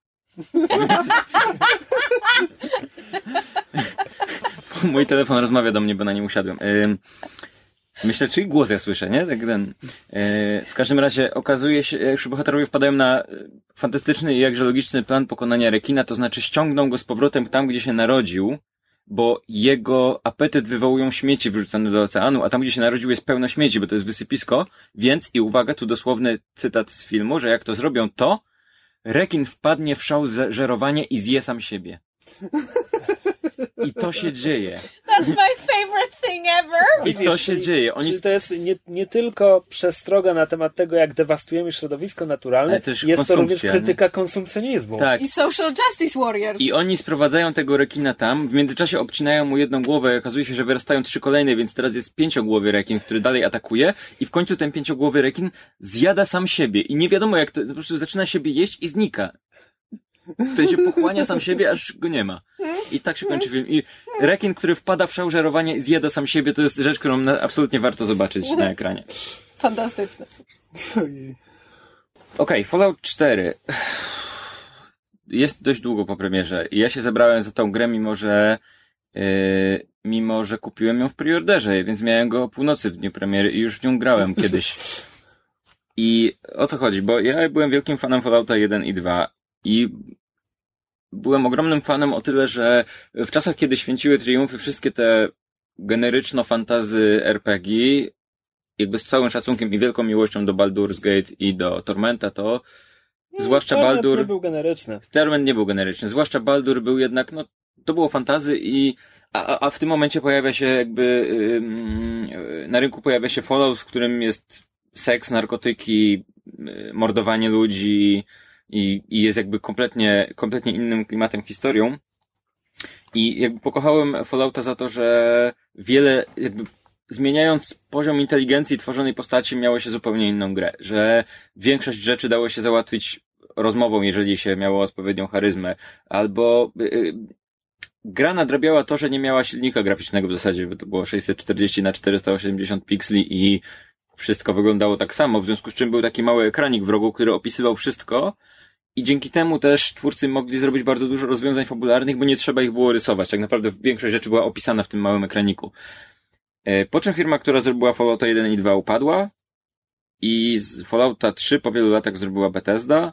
Mój telefon rozmawia do mnie, bo na nim usiadłem. Yy, Myślę, czyli głos ja słyszę, nie? Tak ten. Yy, w każdym razie okazuje się, jak bohaterowie wpadają na fantastyczny i jakże logiczny plan pokonania rekina, to znaczy ściągną go z powrotem tam, gdzie się narodził, bo jego apetyt wywołują śmieci wyrzucane do oceanu, a tam, gdzie się narodził, jest pełno śmieci, bo to jest wysypisko, więc, i uwaga, tu dosłowny cytat z filmu, że jak to zrobią, to rekin wpadnie w szał żerowania i zje sam siebie. I to się dzieje. That's my favorite thing ever. I to się dzieje. Oni... Czyli to jest nie, nie tylko przestroga na temat tego, jak dewastujemy środowisko naturalne, jest to również krytyka nie? konsumpcjonizmu. Tak. I social justice warriors. I oni sprowadzają tego rekina tam, w międzyczasie obcinają mu jedną głowę, okazuje się, że wyrastają trzy kolejne, więc teraz jest pięciogłowy rekin, który dalej atakuje i w końcu ten pięciogłowy rekin zjada sam siebie i nie wiadomo jak to, po prostu zaczyna siebie jeść i znika. W sensie pochłania sam siebie, aż go nie ma. I tak się kończy film. I rekin, który wpada w szał żerowania i zjada sam siebie, to jest rzecz, którą na, absolutnie warto zobaczyć na ekranie. Fantastyczne. Okej, okay, Fallout cztery. Jest dość długo po premierze. I ja się zebrałem za tą grę, mimo że Yy, mimo że kupiłem ją w preorderze, więc miałem go o północy w dniu premiery i już w nią grałem kiedyś. I o co chodzi? Bo ja byłem wielkim fanem Fallouta jeden i dwa i byłem ogromnym fanem o tyle, że w czasach, kiedy święciły triumfy wszystkie te generyczno-fantazy er pe gie, jakby z całym szacunkiem i wielką miłością do Baldur's Gate i do Tormenta, to Hmm, zwłaszcza Torment Baldur... nie był generyczny. Torment nie był generyczny. Zwłaszcza Baldur był jednak, no, to było fantazy i a, a w tym momencie pojawia się jakby yy, na rynku pojawia się Fallout, w którym jest seks, narkotyki, yy, mordowanie ludzi i, i jest jakby kompletnie, kompletnie innym klimatem, historią. I jakby pokochałem Fallouta za to, że wiele, jakby zmieniając poziom inteligencji tworzonej postaci miało się zupełnie inną grę. Że większość rzeczy dało się załatwić rozmową, jeżeli się miało odpowiednią charyzmę. Albo yy, gra nadrabiała to, że nie miała silnika graficznego w zasadzie, bo to było sześćset czterdzieści na czterysta osiemdziesiąt pikseli i wszystko wyglądało tak samo, w związku z czym był taki mały ekranik w rogu, który opisywał wszystko i dzięki temu też twórcy mogli zrobić bardzo dużo rozwiązań fabularnych, bo nie trzeba ich było rysować. Tak naprawdę większość rzeczy była opisana w tym małym ekraniku. Po czym firma, która zrobiła Fallouta jeden i dwa upadła i z Fallouta trzy po wielu latach zrobiła Bethesda.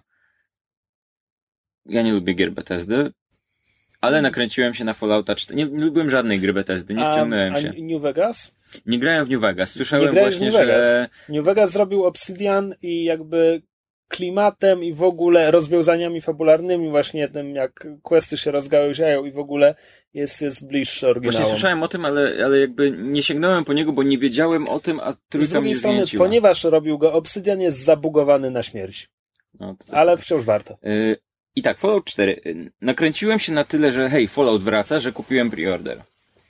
Ja nie lubię gier Bethesdy, ale nakręciłem się na Fallouta cztery. Nie, nie lubiłem żadnej gry Bethesdy, nie wciągnąłem a, się. A New Vegas? Nie grałem w New Vegas. Słyszałem nie właśnie, w New Vegas. że... New Vegas zrobił Obsidian i jakby klimatem i w ogóle rozwiązaniami fabularnymi, właśnie tym jak questy się rozgałęziają i w ogóle jest, jest bliższy oryginałom. Właśnie słyszałem o tym, ale, ale jakby nie sięgnąłem po niego, bo nie wiedziałem o tym, a trójka Z drugiej mnie strony, znieciła. ponieważ robił go Obsidian, jest zabugowany na śmierć. No, to... Ale wciąż warto. Yy, I tak, Fallout cztery. Nakręciłem się na tyle, że hej, Fallout wraca, że kupiłem preorder.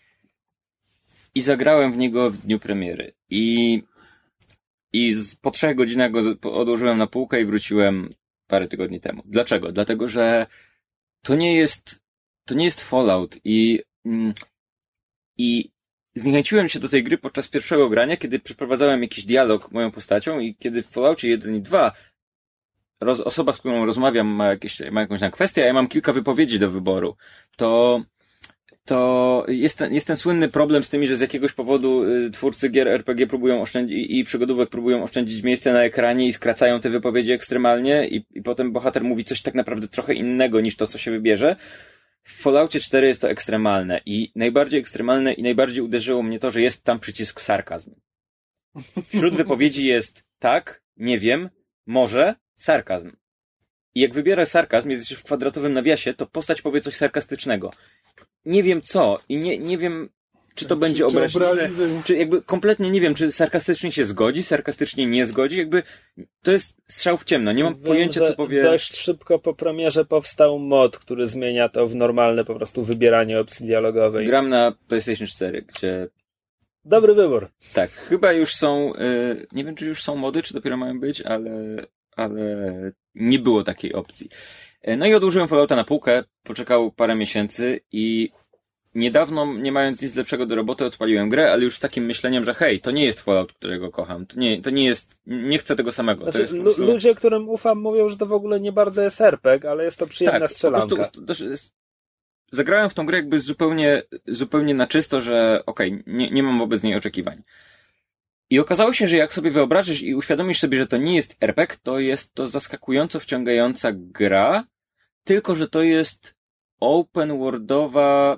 I zagrałem w niego w dniu premiery. I, i z, po trzech godzinach go odłożyłem na półkę i wróciłem parę tygodni temu. Dlaczego? Dlatego, że to nie jest, to nie jest Fallout i, mm, i zniechęciłem się do tej gry podczas pierwszego grania, kiedy przeprowadzałem jakiś dialog moją postacią i kiedy w Falloutie jeden i dwa roz, osoba, z którą rozmawiam ma, jakieś, ma jakąś tam kwestię, a ja mam kilka wypowiedzi do wyboru, to to jest ten, jest ten słynny problem z tymi, że z jakiegoś powodu y, twórcy gier er pe gie próbują oszczędzić i przygodówek próbują oszczędzić miejsce na ekranie i skracają te wypowiedzi ekstremalnie i, i potem bohater mówi coś tak naprawdę trochę innego niż to, co się wybierze. W Falloutie cztery jest to ekstremalne i najbardziej ekstremalne i najbardziej uderzyło mnie to, że jest tam przycisk sarkazm. Wśród wypowiedzi jest tak, nie wiem, może, sarkazm. I jak wybierasz sarkazm, jest jeszcze w kwadratowym nawiasie, to postać powie coś sarkastycznego. Nie wiem co i nie, nie wiem, czy to Czy- będzie czy obraźliwe, obrazi ten- czy jakby kompletnie nie wiem, czy sarkastycznie się zgodzi, sarkastycznie nie zgodzi, jakby to jest strzał w ciemno, nie mam Wiem, pojęcia, że co powie... Dość szybko po premierze powstał mod, który zmienia to w normalne po prostu wybieranie opcji dialogowej. Gram na PlayStation cztery, gdzie Dobry wybór. tak, chyba już są, y, nie wiem, czy już są mody, czy dopiero mają być, ale, ale nie było takiej opcji. Y, No i odłożyłem Fallouta na półkę, poczekał parę miesięcy i niedawno, nie mając nic lepszego do roboty, odpaliłem grę, ale już z takim myśleniem, że hej, to nie jest Fallout, którego kocham. To nie, to nie jest, nie chcę tego samego. Znaczy, to jest po lu- prostu... Ludzie, którym ufam, mówią, że to w ogóle nie bardzo jest er pe gie, ale jest to przyjemna tak, strzelanka. po prostu też jest- zagrałem w tą grę jakby zupełnie, zupełnie na czysto, że okej, okay, nie, nie mam wobec niej oczekiwań. I okazało się, że jak sobie wyobrazisz i uświadomisz sobie, że to nie jest er pe gie, to jest to zaskakująco wciągająca gra, tylko że to jest open worldowa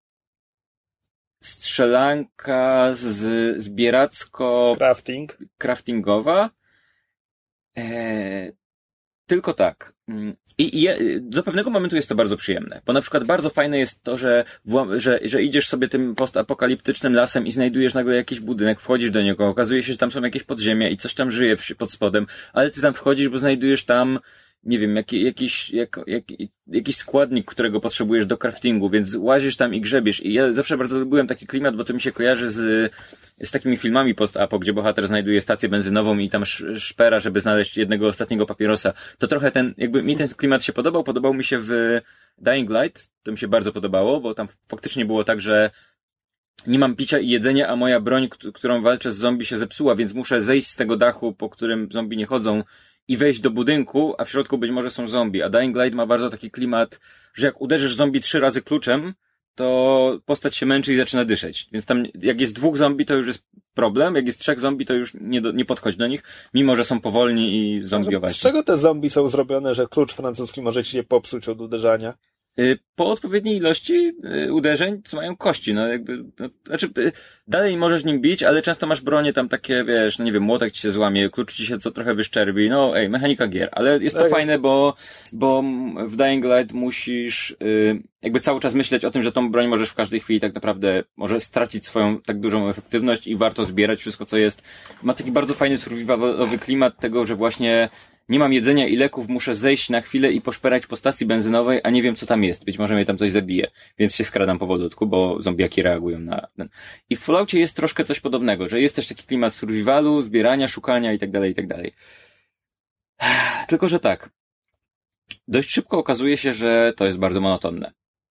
strzelanka z zbieracko Crafting. craftingowa. Eee, tylko tak. Mm, I, i je- do pewnego momentu jest to bardzo przyjemne, bo na przykład bardzo fajne jest to, że, wła- że, że idziesz sobie tym postapokaliptycznym lasem i znajdujesz nagle jakiś budynek, wchodzisz do niego, okazuje się, że tam są jakieś podziemia i coś tam żyje w- pod spodem, ale ty tam wchodzisz, bo znajdujesz tam, nie wiem, jaki, jakiś, jak, jak, jakiś składnik, którego potrzebujesz do craftingu, więc łazisz tam i grzebiesz. I ja zawsze bardzo lubiłem taki klimat, bo to mi się kojarzy z, z takimi filmami post-apo, gdzie bohater znajduje stację benzynową i tam sz- szpera, żeby znaleźć jednego ostatniego papierosa. To trochę ten, jakby mi ten klimat się podobał, podobał mi się w Dying Light, to mi się bardzo podobało, bo tam faktycznie było tak, że nie mam picia i jedzenia, a moja broń, k- którą walczę z zombie się zepsuła, więc muszę zejść z tego dachu, po którym zombie nie chodzą i wejść do budynku, a w środku być może są zombie. A Dying Light ma bardzo taki klimat, że jak uderzysz zombie trzy razy kluczem, to postać się męczy i zaczyna dyszeć. Więc tam jak jest dwóch zombie, to już jest problem, jak jest trzech zombie, to już nie, do, nie podchodź do nich, mimo że są powolni i zombiowaci. Z czego te zombie są zrobione, że klucz francuski może ci się popsuć od uderzania? Po odpowiedniej ilości uderzeń, co mają kości, no jakby, no, znaczy, dalej możesz nim bić, ale często masz bronie tam takie, wiesz, no nie wiem, młotek ci się złamie, klucz ci się co trochę wyszczerbi, no ej, mechanika gier, ale jest to tak. Fajne, bo, bo w Dying Light musisz y, jakby cały czas myśleć o tym, że tą broń możesz w każdej chwili tak naprawdę może stracić swoją tak dużą efektywność i warto zbierać wszystko, co jest. Ma taki bardzo fajny survivalowy klimat tego, że właśnie nie mam jedzenia i leków, muszę zejść na chwilę i poszperać po stacji benzynowej, a nie wiem, co tam jest. Być może mnie tam coś zabije. Więc się skradam powolutku, bo zombiaki reagują na ten. I w Falloutie jest troszkę coś podobnego, że jest też taki klimat survivalu, zbierania, szukania i tak dalej, i tak dalej. Tylko, że tak. Dość szybko okazuje się, że to jest bardzo monotonne.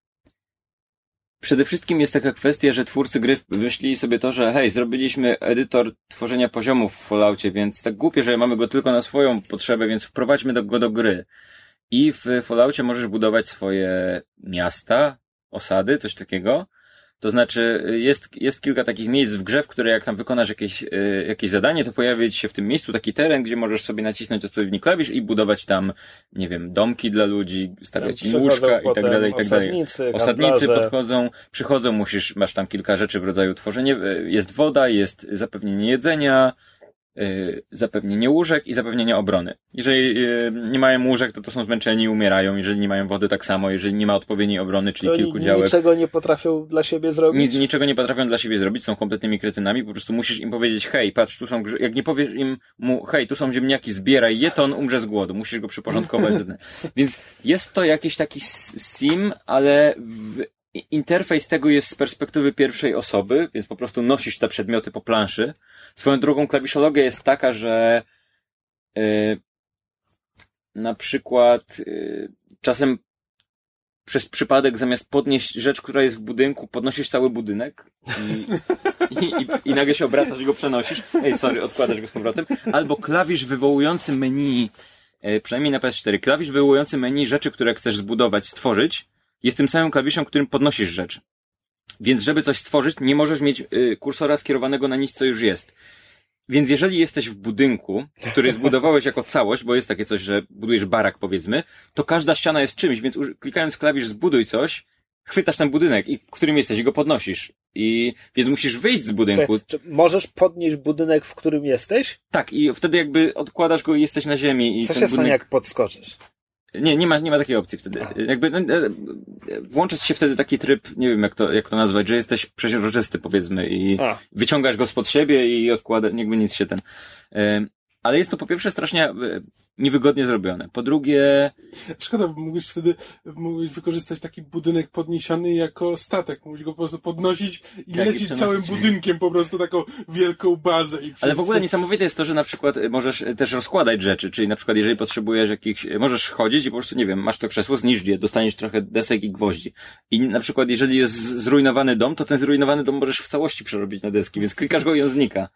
Przede wszystkim jest taka kwestia, że twórcy gry wymyślili sobie to, że hej, zrobiliśmy edytor tworzenia poziomów w Falloutie, więc tak głupie, że mamy go tylko na swoją potrzebę, więc wprowadźmy do, go do gry. I w Falloutie możesz budować swoje miasta, osady, coś takiego. To znaczy, jest, jest kilka takich miejsc w grze, w które jak tam wykonasz jakieś, y, jakieś zadanie, to pojawia ci się w tym miejscu taki teren, gdzie możesz sobie nacisnąć odpowiedni klawisz i budować tam, nie wiem, domki dla ludzi, stawiać im łóżka i tak dalej, i tak dalej. Osadnicy, Osadnicy podchodzą, przychodzą, musisz, masz tam kilka rzeczy w rodzaju tworzenie, jest woda, jest zapewnienie jedzenia, Yy, zapewnienie łóżek i zapewnienie obrony. Jeżeli yy, nie mają łóżek, to to są zmęczeni i umierają. Jeżeli nie mają wody, tak samo. Jeżeli nie ma odpowiedniej obrony, czyli to kilku działek. Niczego nie potrafią dla siebie zrobić? Nic, niczego nie potrafią dla siebie zrobić, są kompletnymi kretynami. Po prostu musisz im powiedzieć, hej, patrz, tu są grze... Jak nie powiesz im mu, hej, tu są ziemniaki, zbieraj je, to on umrze z głodu. Musisz go przyporządkować. Więc jest to jakiś taki sim, ale w... interfejs tego jest z perspektywy pierwszej osoby, więc po prostu nosisz te przedmioty po planszy. Swoją drugą klawiszologia jest taka, że yy, na przykład yy, czasem przez przypadek zamiast podnieść rzecz, która jest w budynku, podnosisz cały budynek i, i, i, i nagle się obracasz i go przenosisz. Ej, sorry, odkładasz go z powrotem. Albo klawisz wywołujący menu, yy, przynajmniej na P S cztery, klawisz wywołujący menu rzeczy, które chcesz zbudować, stworzyć, jest tym samym klawiszem, którym podnosisz rzecz. Więc żeby coś stworzyć, nie możesz mieć y, kursora skierowanego na nic, co już jest. Więc jeżeli jesteś w budynku, który zbudowałeś jako całość, bo jest takie coś, że budujesz barak, powiedzmy, to każda ściana jest czymś, więc klikając klawisz zbuduj coś, chwytasz ten budynek, i w którym jesteś i go podnosisz. I więc musisz wyjść z budynku. Czy, czy możesz podnieść budynek, w którym jesteś? Tak, i wtedy jakby odkładasz go i jesteś na ziemi. I Co ten się stanie, budynek... jak podskoczysz? Nie, nie ma, nie ma takiej opcji wtedy. A. Jakby, no, włącza ci się wtedy taki tryb, nie wiem jak to, jak to nazwać, że jesteś przeźroczysty, powiedzmy, i A. wyciągasz go spod siebie i odkłada, jakby nic się ten, ale jest to po pierwsze strasznie niewygodnie zrobione. Po drugie... Szkoda, bo mógłbyś wtedy mógłbyś wykorzystać taki budynek podniesiony jako statek. Mógłbyś go po prostu podnosić i tak, lecieć i całym budynkiem, po prostu taką wielką bazę. I ale w ogóle niesamowite jest to, że na przykład możesz też rozkładać rzeczy, czyli na przykład jeżeli potrzebujesz jakichś... Możesz chodzić i po prostu, nie wiem, masz to krzesło, zniszcz je, dostaniesz trochę desek i gwoździ. I na przykład jeżeli jest zrujnowany dom, to ten zrujnowany dom możesz w całości przerobić na deski, więc klikasz go i on znika.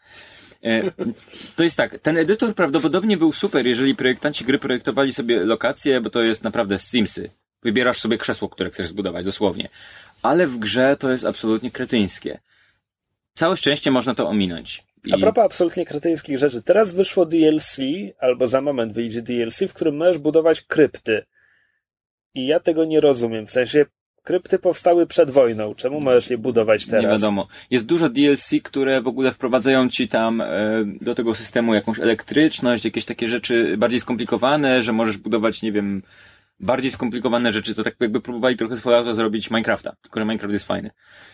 To jest tak, ten edytor prawdopodobnie był super, jeżeli projektanci gry projektowali sobie lokacje, bo to jest naprawdę Simsy. Wybierasz sobie krzesło, które chcesz zbudować, dosłownie. Ale w grze to jest absolutnie kretyńskie. Całe szczęście można to ominąć. I... A propos absolutnie kretyńskich rzeczy, teraz wyszło D L C, albo za moment wyjdzie D L C, w którym możesz budować krypty. I ja tego nie rozumiem, w sensie krypty powstały przed wojną. Czemu możesz je budować teraz? Nie wiadomo. Jest dużo D L C, które w ogóle wprowadzają ci tam e, do tego systemu jakąś elektryczność, jakieś takie rzeczy bardziej skomplikowane, że możesz budować, nie wiem, bardziej skomplikowane rzeczy. To tak jakby próbowali trochę z Fallouta zrobić Minecrafta. Tylko że Minecraft jest fajny.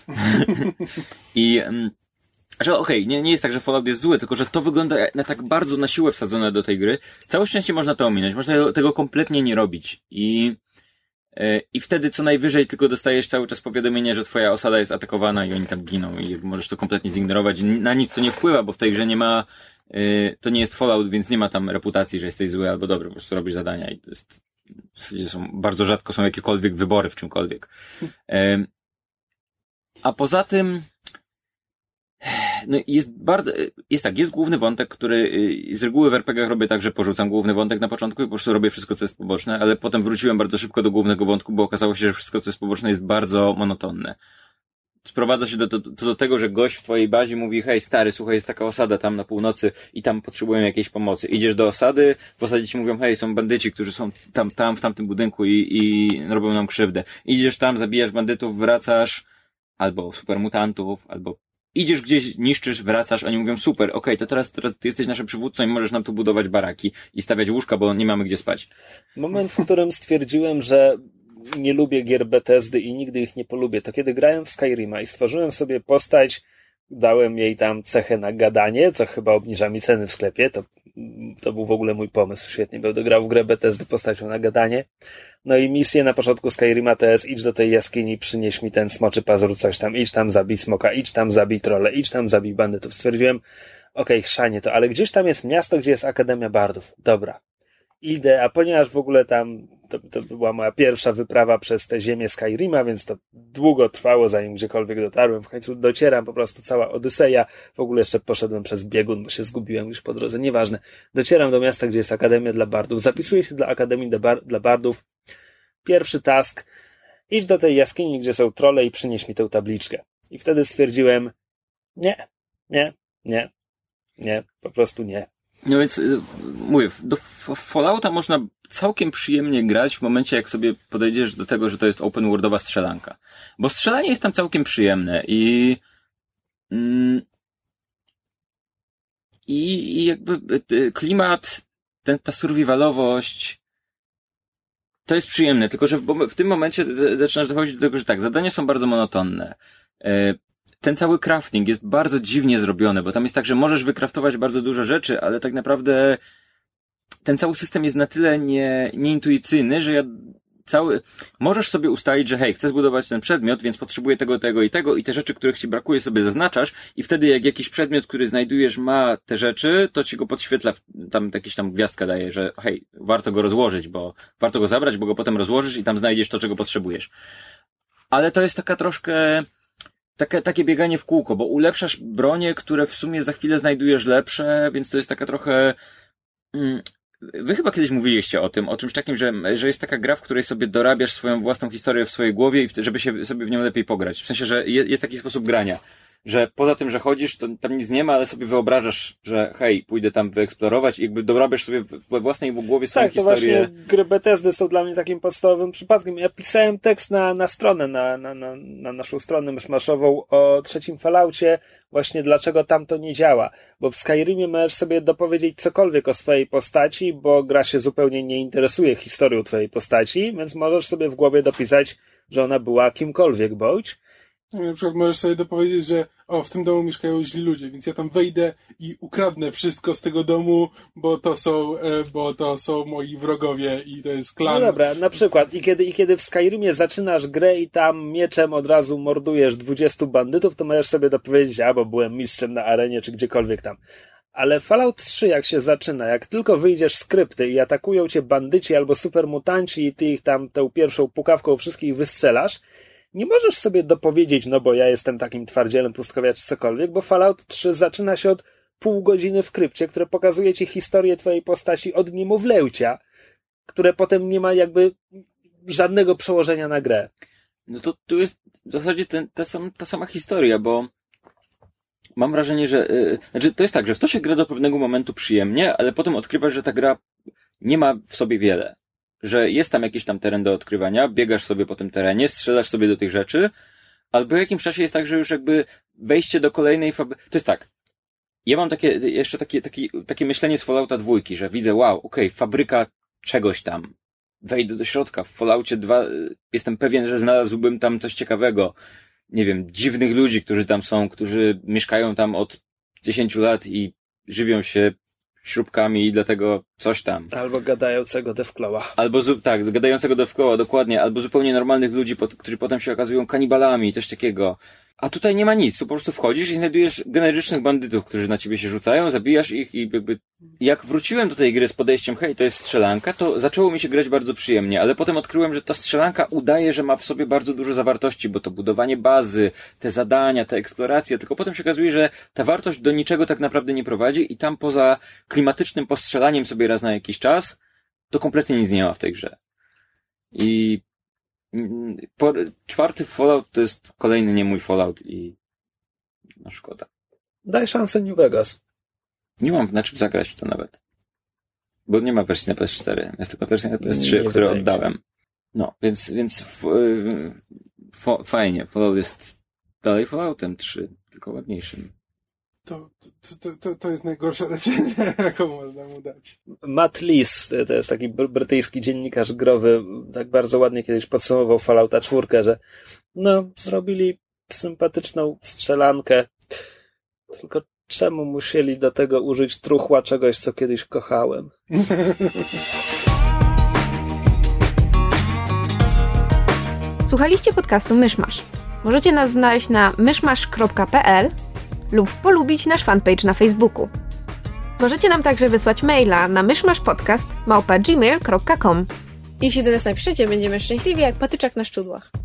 I... Mm, że okej, okay, nie, nie jest tak, że Fallout jest zły, tylko że to wygląda na tak bardzo na siłę wsadzone do tej gry. Całe szczęście można to ominąć. Można tego kompletnie nie robić. I... I wtedy co najwyżej tylko dostajesz cały czas powiadomienie, że twoja osada jest atakowana i oni tam giną i możesz to kompletnie zignorować. Na nic to nie wpływa, bo w tej grze nie ma, to nie jest Fallout, więc nie ma tam reputacji, że jesteś zły albo dobry, po prostu robisz zadania i to jest, w zasadzie są, bardzo rzadko są jakiekolwiek wybory w czymkolwiek. A poza tym no jest bardzo, jest tak, jest główny wątek, który z reguły w er pe gie ach robię tak, że porzucam główny wątek na początku i po prostu robię wszystko, co jest poboczne, ale potem wróciłem bardzo szybko do głównego wątku, bo okazało się, że wszystko, co jest poboczne, jest bardzo monotonne. Sprowadza się do, do, do, do tego, że gość w twojej bazie mówi, hej stary, słuchaj, jest taka osada tam na północy i tam potrzebują jakiejś pomocy. Idziesz do osady, w osadzie ci mówią, hej, są bandyci, którzy są tam, tam, w tamtym budynku i, i robią nam krzywdę. Idziesz tam, zabijasz bandytów, wracasz, albo supermutantów, albo idziesz gdzieś, niszczysz, wracasz, oni mówią, super, okej, okay, to teraz, teraz ty jesteś naszym przywódcą i możesz nam tu budować baraki i stawiać łóżka, bo nie mamy gdzie spać. Moment, w którym stwierdziłem, że nie lubię gier Bethesdy i nigdy ich nie polubię, to kiedy grałem w Skyrima i stworzyłem sobie postać, dałem jej tam cechę na gadanie, co chyba obniża mi ceny w sklepie, to, to był w ogóle mój pomysł, świetnie będę grał w grę Bethesdy postacią na gadanie. No i misję na początku Skyrima to jest idź do tej jaskini, przynieś mi ten smoczy pazur, coś tam, idź tam zabij smoka, idź tam zabij trolle, idź tam zabij bandytów. Stwierdziłem, okej, okay, chrzanie to, ale gdzieś tam jest miasto, gdzie jest Akademia Bardów. Dobra. Idę, a ponieważ w ogóle tam to, to była moja pierwsza wyprawa przez te ziemię Skyrima, więc to długo trwało, zanim gdziekolwiek dotarłem. W końcu docieram, po prostu cała Odyseja. W ogóle jeszcze poszedłem przez biegun, bo się zgubiłem już po drodze. Nieważne. Docieram do miasta, gdzie jest Akademia dla Bardów. Zapisuję się do Akademii dla, bar- dla Bardów. Pierwszy task. Idź do tej jaskini, gdzie są trolle i przynieś mi tę tabliczkę. I wtedy stwierdziłem, nie, nie, nie, nie, po prostu nie. No więc mówię, do Fallouta można całkiem przyjemnie grać w momencie, jak sobie podejdziesz do tego, że to jest open worldowa strzelanka. Bo strzelanie jest tam całkiem przyjemne i mm, i, i jakby klimat, ten, ta survivalowość to jest przyjemne, tylko że w, w tym momencie zaczynasz dochodzić do tego, że tak, zadania są bardzo monotonne. Ten cały crafting jest bardzo dziwnie zrobiony, bo tam jest tak, że możesz wykraftować bardzo dużo rzeczy, ale tak naprawdę ten cały system jest na tyle nie, nieintuicyjny, że ja cały, możesz sobie ustalić, że hej, chcę zbudować ten przedmiot, więc potrzebuję tego, tego i tego i te rzeczy, których ci brakuje, sobie zaznaczasz i wtedy jak jakiś przedmiot, który znajdujesz, ma te rzeczy, to ci go podświetla, tam jakiś tam gwiazdka daje, że hej, warto go rozłożyć, bo warto go zabrać, bo go potem rozłożysz i tam znajdziesz to, czego potrzebujesz. Ale to jest taka troszkę Takie, takie bieganie w kółko, bo ulepszasz bronie, które w sumie za chwilę znajdujesz lepsze, więc to jest taka trochę... Mm, wy chyba kiedyś mówiliście o tym, o czymś takim, że, że jest taka gra, w której sobie dorabiasz swoją własną historię w swojej głowie i żeby się sobie w nią lepiej pograć. W sensie, że jest, jest taki sposób grania, że poza tym, że chodzisz, to tam nic nie ma, ale sobie wyobrażasz, że hej, pójdę tam wyeksplorować i jakby dorabiasz sobie we własnej głowie swoją tak, historię. Tak, to właśnie gry Bethesdy są dla mnie takim podstawowym przypadkiem. Ja pisałem tekst na, na stronę, na, na, na, na naszą stronę myszmaszową o trzecim Falloutie, właśnie dlaczego tam to nie działa. Bo w Skyrimie możesz sobie dopowiedzieć cokolwiek o swojej postaci, bo gra się zupełnie nie interesuje historią twojej postaci, więc możesz sobie w głowie dopisać, że ona była kimkolwiek bądź. Na przykład możesz sobie dopowiedzieć, że o, w tym domu mieszkają źli ludzie, więc ja tam wejdę i ukradnę wszystko z tego domu, bo to są, e, bo to są moi wrogowie i to jest klan. No dobra, na przykład i kiedy, i kiedy w Skyrimie zaczynasz grę i tam mieczem od razu mordujesz dwudziestu bandytów, to możesz sobie dopowiedzieć, a bo byłem mistrzem na arenie czy gdziekolwiek tam. Ale Fallout trzy jak się zaczyna, jak tylko wyjdziesz z krypty i atakują cię bandyci albo supermutanci i ty ich tam tą pierwszą pukawką wszystkich wystrzelasz, nie możesz sobie dopowiedzieć, no bo ja jestem takim twardzielem, pustkowiacz, cokolwiek, bo Fallout trzy zaczyna się od pół godziny w krypcie, które pokazuje ci historię twojej postaci od niemowlęcia, które potem nie ma jakby żadnego przełożenia na grę. No to tu jest w zasadzie ten, ta, sam, ta sama historia, bo mam wrażenie, że yy, znaczy to jest tak, że w to się gra do pewnego momentu przyjemnie, ale potem odkrywasz, że ta gra nie ma w sobie wiele. Że jest tam jakiś tam teren do odkrywania, biegasz sobie po tym terenie, strzelasz sobie do tych rzeczy, ale po jakimś czasie jest tak, że już jakby wejście do kolejnej fabryki... To jest tak, ja mam takie, jeszcze takie, takie, takie myślenie z Fallouta dwójki, że widzę, wow, okej, okay, fabryka czegoś tam, wejdę do środka, w Falloutie dwa jestem pewien, że znalazłbym tam coś ciekawego, nie wiem, dziwnych ludzi, którzy tam są, którzy mieszkają tam od dziesięciu lat i żywią się śrubkami i dlatego coś tam. Albo gadającego Deathclawa. Albo, tak, gadającego Deathclawa, dokładnie. Albo zupełnie normalnych ludzi, którzy potem się okazują kanibalami, coś takiego. A tutaj nie ma nic, tu po prostu wchodzisz i znajdujesz generycznych bandytów, którzy na ciebie się rzucają, zabijasz ich i jakby... Jak wróciłem do tej gry z podejściem, hej, to jest strzelanka, to zaczęło mi się grać bardzo przyjemnie, ale potem odkryłem, że ta strzelanka udaje, że ma w sobie bardzo dużo zawartości, bo to budowanie bazy, te zadania, te eksploracje, tylko potem się okazuje, że ta wartość do niczego tak naprawdę nie prowadzi i tam poza klimatycznym postrzelaniem sobie raz na jakiś czas, to kompletnie nic nie ma w tej grze. I po, czwarty Fallout to jest kolejny nie mój Fallout i no szkoda. Daj szansę New Vegas. Nie mam na czym zagrać w to nawet. Bo nie ma wersji na P S cztery. Jest tylko wersja na P S trzy, którą oddałem. No, więc, więc f, f, fajnie. Fallout jest dalej Falloutem trzy, tylko ładniejszym. To, to, to, to jest najgorsza recenzja, jaką można mu dać. Matt Lees, to jest taki brytyjski dziennikarz growy, tak bardzo ładnie kiedyś podsumował Fallouta czwórkę, że no, zrobili sympatyczną strzelankę, tylko czemu musieli do tego użyć truchła czegoś, co kiedyś kochałem? Słuchaliście podcastu Myszmasz. Możecie nas znaleźć na myszmasz kropka p l lub polubić nasz fanpage na Facebooku. Możecie nam także wysłać maila na myszmaszpodcast małpa gmail kropka com. Jeśli do nas napiszecie, będziemy szczęśliwi jak patyczak na szczudłach.